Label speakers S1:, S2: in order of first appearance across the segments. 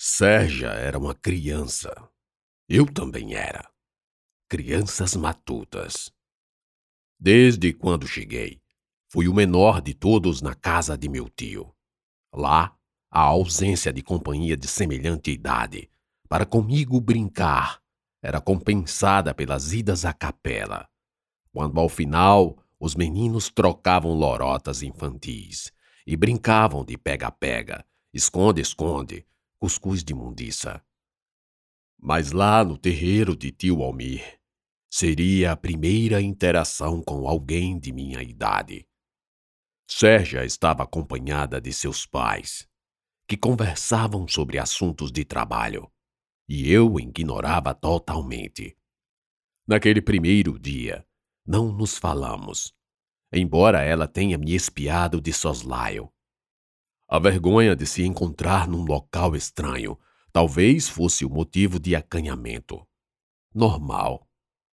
S1: Sérgia era uma criança. Eu também era. Crianças matutas. Desde quando cheguei, fui o menor de todos na casa de meu tio. Lá, a ausência de companhia de semelhante idade, para comigo brincar, era compensada pelas idas à capela, quando ao final os meninos trocavam lorotas infantis e brincavam de pega-pega, esconde-esconde, cuscuz de mundiça. Mas lá no terreiro de tio Almir, seria a primeira interação com alguém de minha idade. Sérgia estava acompanhada de seus pais, que conversavam sobre assuntos de trabalho, e eu ignorava totalmente. Naquele primeiro dia, não nos falamos, embora ela tenha me espiado de soslaio. A vergonha de se encontrar num local estranho talvez fosse o motivo de acanhamento. Normal.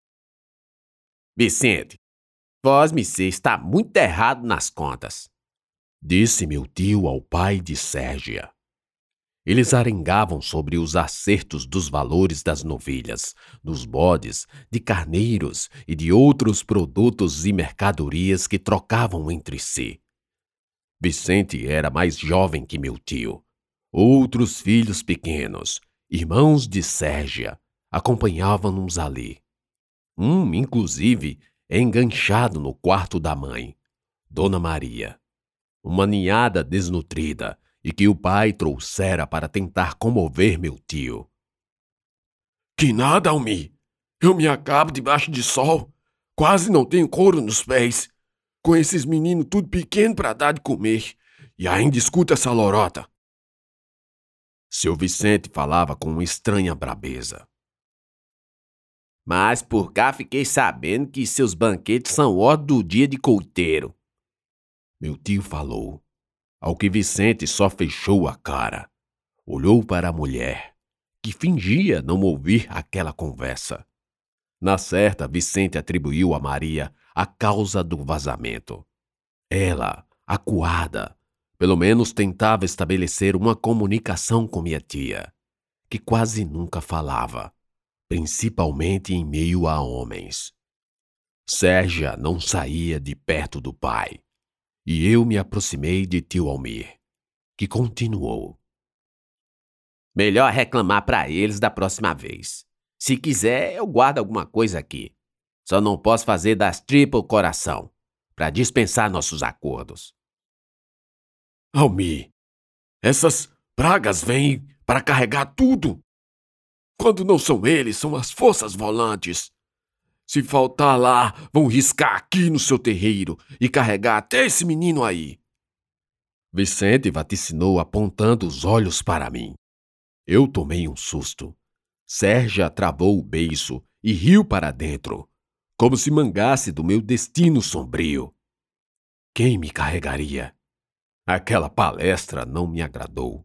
S2: Vicente, vós-me está muito errado nas contas,
S1: disse meu tio ao pai de Sérgia. Eles arengavam sobre os acertos dos valores das novilhas, dos bodes, de carneiros e de outros produtos e mercadorias que trocavam entre si. Vicente era mais jovem que meu tio. Outros filhos pequenos, irmãos de Sérgia, acompanhavam-nos ali. Inclusive, enganchado no quarto da mãe, Dona Maria, uma ninhada desnutrida e que o pai trouxera para tentar comover meu tio.
S3: Que nada, Almi! Eu me acabo debaixo de sol. Quase não tenho couro nos pés. Com esses meninos tudo pequeno para dar de comer. E ainda escuta essa lorota.
S1: Seu Vicente falava com uma estranha brabeza.
S2: Mas por cá fiquei sabendo que seus banquetes são ordem do dia de coiteiro.
S1: Meu tio falou, ao que Vicente só fechou a cara. Olhou para a mulher, que fingia não ouvir aquela conversa. Na certa, Vicente atribuiu a Maria a causa do vazamento. Ela, acuada, pelo menos tentava estabelecer uma comunicação com minha tia, que quase nunca falava, principalmente em meio a homens. Sérgia não saía de perto do pai, e eu me aproximei de tio Almir, que continuou.
S2: Melhor reclamar para eles da próxima vez. Se quiser, eu guardo alguma coisa aqui. Só não posso fazer das tripas o coração, para dispensar nossos acordos.
S3: Almi, essas pragas vêm para carregar tudo. Quando não são eles, são as forças volantes. Se faltar lá, vão riscar aqui no seu terreiro e carregar até esse menino aí.
S1: Vicente vaticinou apontando os olhos para mim. Eu tomei um susto. Sérgia travou o beiço e riu para dentro, como se mangasse do meu destino sombrio. Quem me carregaria? Aquela palestra não me agradou.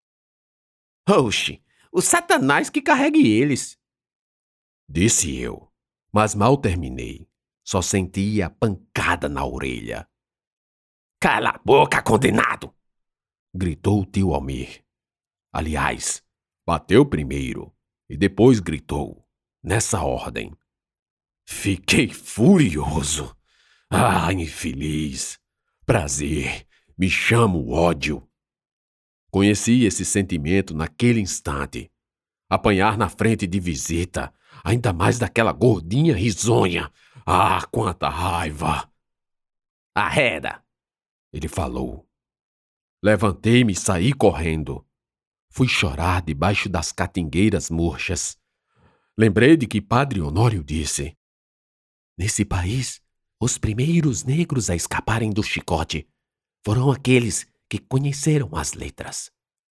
S2: Oxe, o Satanás que carregue eles,
S1: disse eu, mas mal terminei. Só senti a pancada na orelha.
S2: Cala a boca, condenado!
S1: Gritou o tio Almir. Aliás, bateu primeiro e depois gritou, nessa ordem. Fiquei furioso. Ah, infeliz! Prazer, me chamo ódio. Conheci esse sentimento naquele instante. Apanhar na frente de visita, ainda mais daquela gordinha risonha. Ah, quanta raiva!
S2: Arreda!
S1: Ele falou. Levantei-me e saí correndo. Fui chorar debaixo das catingueiras murchas. Lembrei de que Padre Honório disse: nesse país, os primeiros negros a escaparem do chicote foram aqueles que conheceram as letras.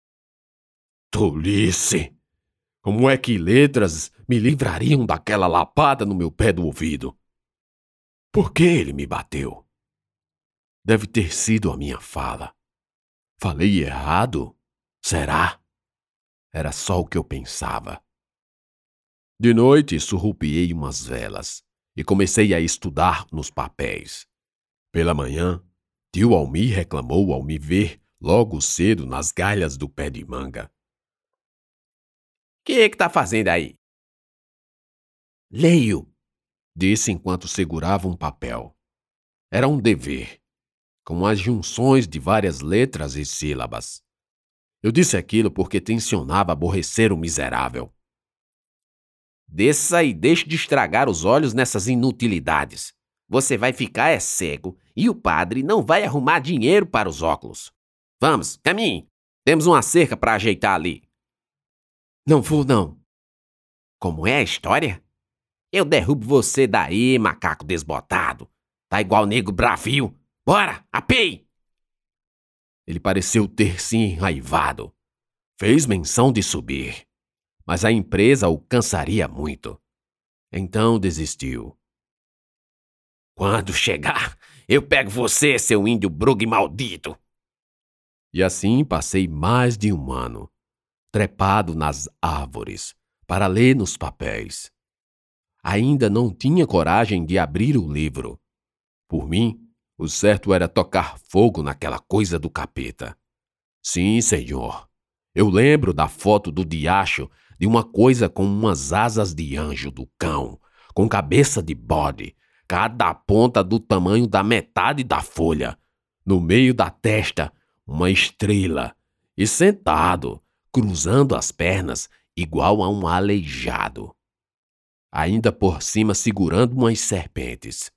S1: Tolice! Como é que letras me livrariam daquela lapada no meu pé do ouvido? Por que ele me bateu? Deve ter sido a minha fala. Falei errado? Será? Era só o que eu pensava. De noite, surrupiei umas velas e comecei a estudar nos papéis. Pela manhã, tio Almir reclamou ao me ver logo cedo nas galhas do pé de manga.
S2: Que tá fazendo aí?
S1: Leio, disse enquanto segurava um papel. Era um dever, com as junções de várias letras e sílabas. Eu disse aquilo porque tencionava aborrecer o miserável.
S2: Desça e deixe de estragar os olhos nessas inutilidades. Você vai ficar cego e o padre não vai arrumar dinheiro para os óculos. Vamos, caminhe. Temos uma cerca para ajeitar ali.
S1: Não vou, não.
S2: Como é a história? Eu derrubo você daí, macaco desbotado. Tá igual nego bravio. Bora, apei!
S1: Ele pareceu ter se enraivado. Fez menção de subir, mas a empresa o cansaria muito. Então desistiu.
S2: Quando chegar, eu pego você, seu índio brug maldito.
S1: E assim passei mais de um ano, trepado nas árvores, para ler nos papéis. Ainda não tinha coragem de abrir o livro. Por mim, o certo era tocar fogo naquela coisa do capeta. Sim, senhor. Eu lembro da foto do diacho de uma coisa com umas asas de anjo do cão, com cabeça de bode, cada ponta do tamanho da metade da folha, no meio da testa, uma estrela, e sentado, cruzando as pernas, igual a um aleijado. Ainda por cima segurando umas serpentes.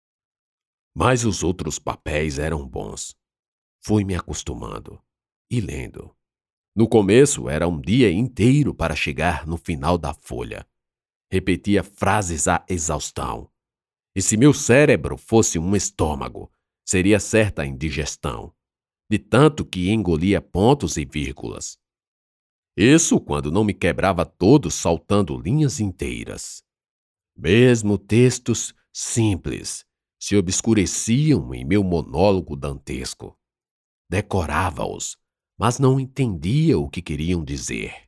S1: Mas os outros papéis eram bons. Fui me acostumando e lendo. No começo era um dia inteiro para chegar no final da folha. Repetia frases à exaustão. E se meu cérebro fosse um estômago, seria certa indigestão, de tanto que engolia pontos e vírgulas. Isso quando não me quebrava todo saltando linhas inteiras. Mesmo textos simples se obscureciam em meu monólogo dantesco. Decorava-os, mas não entendia o que queriam dizer.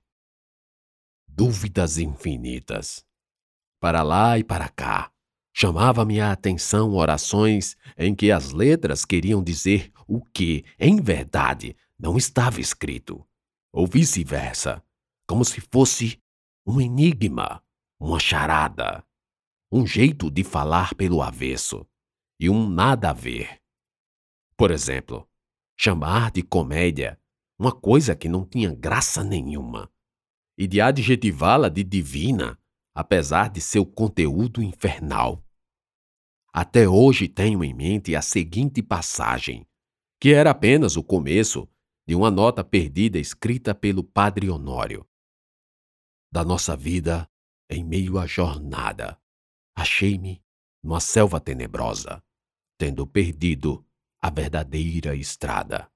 S1: Dúvidas infinitas. Para lá e para cá, chamava-me a atenção orações em que as letras queriam dizer o que, em verdade, não estava escrito, ou vice-versa, como se fosse um enigma, uma charada, um jeito de falar pelo avesso e um nada a ver. Por exemplo, chamar de comédia uma coisa que não tinha graça nenhuma, e de adjetivá-la de divina, apesar de seu conteúdo infernal. Até hoje tenho em mente a seguinte passagem, que era apenas o começo de uma nota perdida escrita pelo padre Honório. Da nossa vida, em meio à jornada, achei-me numa selva tenebrosa, tendo perdido a verdadeira estrada.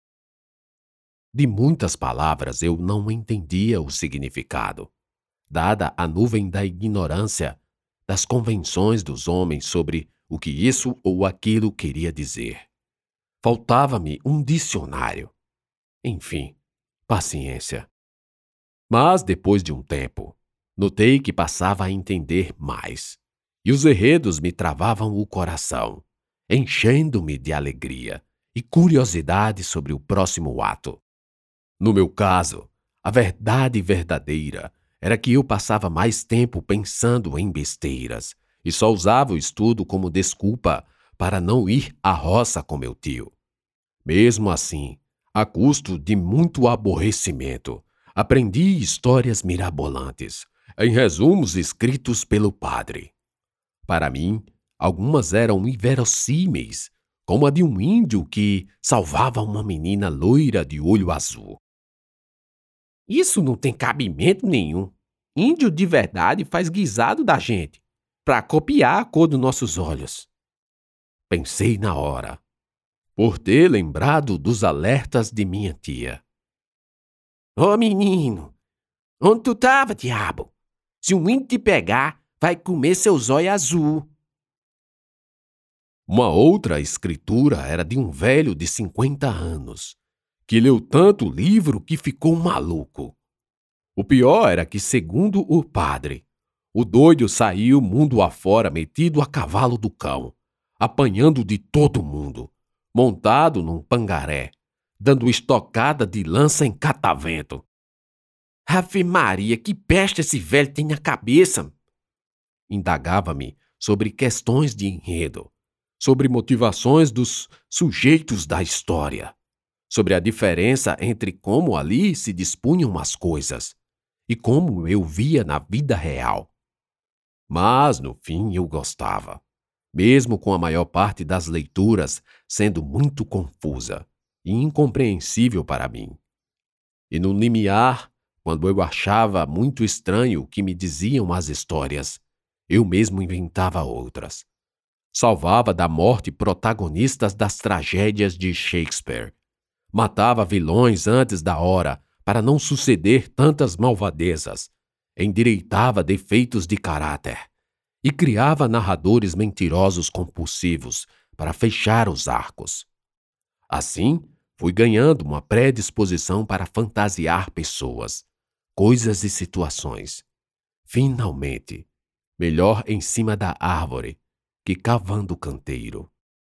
S1: De muitas palavras eu não entendia o significado, dada a nuvem da ignorância, das convenções dos homens sobre o que isso ou aquilo queria dizer. Faltava-me um dicionário. Enfim, paciência. Mas, depois de um tempo, notei que passava a entender mais, e os enredos me travavam o coração, enchendo-me de alegria e curiosidade sobre o próximo ato. No meu caso, a verdade verdadeira era que eu passava mais tempo pensando em besteiras e só usava o estudo como desculpa para não ir à roça com meu tio. Mesmo assim, a custo de muito aborrecimento, aprendi histórias mirabolantes, em resumos escritos pelo padre. Para mim, algumas eram inverossímeis, como a de um índio que salvava uma menina loira de olho azul.
S2: Isso não tem cabimento nenhum. Índio de verdade faz guisado da gente, para copiar a cor dos nossos olhos.
S1: Pensei na hora, por ter lembrado dos alertas de minha tia.
S2: Ô menino, onde tu tava, diabo? Se um índio te pegar, vai comer seu zóio azul.
S1: Uma outra escritura era de um velho de 50 anos, que leu tanto livro que ficou maluco. O pior era que, segundo o padre, o doido saiu mundo afora metido a cavalo do cão, apanhando de todo mundo, montado num pangaré, dando estocada de lança em catavento.
S2: Ave Maria, que peste esse velho tem na cabeça! Indagava-me sobre questões de enredo, sobre motivações dos sujeitos da história, sobre a diferença entre como ali se dispunham as coisas e como eu via na vida real. Mas, no fim, eu gostava, mesmo com a maior parte das leituras sendo muito confusa e incompreensível para mim. E no limiar, quando eu achava muito estranho o que me diziam as histórias, eu mesmo inventava outras. Salvava da morte protagonistas das tragédias de Shakespeare. Matava vilões antes da hora para não suceder tantas malvadezas. Endireitava defeitos de caráter e criava narradores mentirosos compulsivos para fechar os arcos. Assim, fui ganhando uma predisposição para fantasiar pessoas, coisas e situações. Finalmente, melhor em cima da árvore que cavando o canteiro.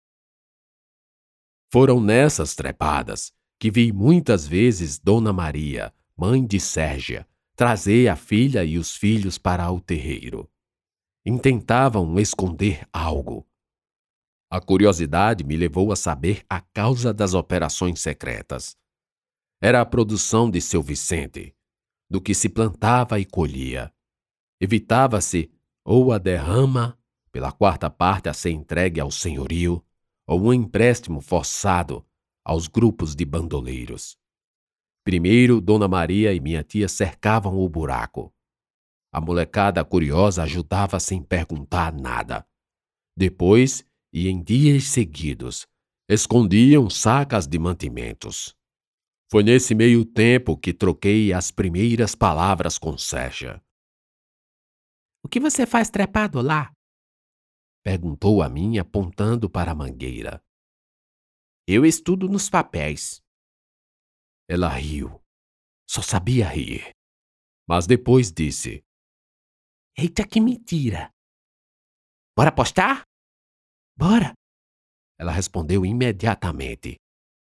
S2: Foram nessas trepadas que vi muitas vezes Dona Maria, mãe de Sérgia, trazer a filha e os filhos para o terreiro. Intentavam esconder algo. A curiosidade me levou a saber a causa das operações secretas. Era a produção de seu Vicente, do que se plantava e colhia. Evitava-se ou a derrama, pela quarta parte a ser entregue ao senhorio, ou um empréstimo forçado aos grupos de bandoleiros. Primeiro, Dona Maria e minha tia cercavam o buraco. A molecada curiosa ajudava sem perguntar nada. Depois, e em dias seguidos, escondiam sacas de mantimentos. Foi nesse meio tempo que troquei as primeiras palavras com Sérgia.
S4: O que você faz trepado lá?
S2: Perguntou a mim apontando para a mangueira.
S4: Eu estudo nos papéis.
S2: Ela riu. Só sabia rir. Mas depois disse.
S4: Eita, que mentira! Bora apostar? Bora!
S2: Ela respondeu imediatamente.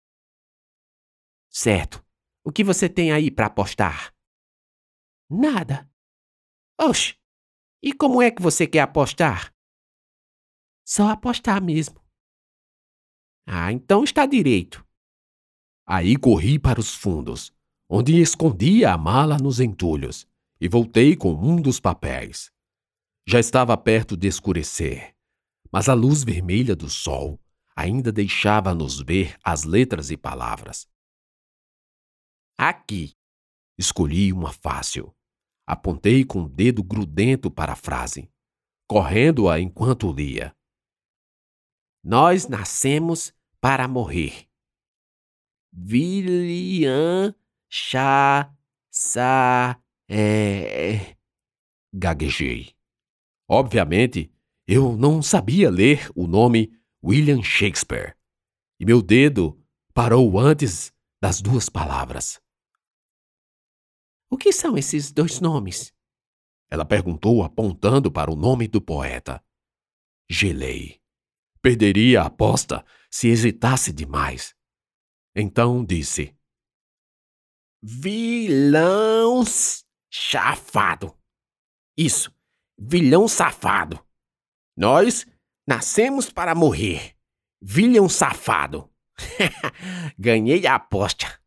S4: Certo. O que você tem aí para apostar? Nada. Oxe, e como é que você quer apostar? Só apostar mesmo. Ah, então está direito.
S2: Aí corri para os fundos, onde escondia a mala nos entulhos, e voltei com um dos papéis. Já estava perto de escurecer, mas a luz vermelha do sol ainda deixava-nos ver as letras e palavras.
S4: Aqui.
S2: Escolhi uma fácil. Apontei com o dedo grudento para a frase, correndo-a enquanto lia.
S4: Nós nascemos para morrer. William
S2: Gaguejei. Obviamente, eu não sabia ler o nome William Shakespeare, e meu dedo parou antes das duas palavras.
S4: O que são esses dois nomes?
S2: Ela perguntou apontando para o nome do poeta. Gelei. Perderia a aposta se hesitasse demais. Então disse.
S4: Vilão safado. Isso, vilão safado. Nós nascemos para morrer. Vilão safado. Ganhei a aposta.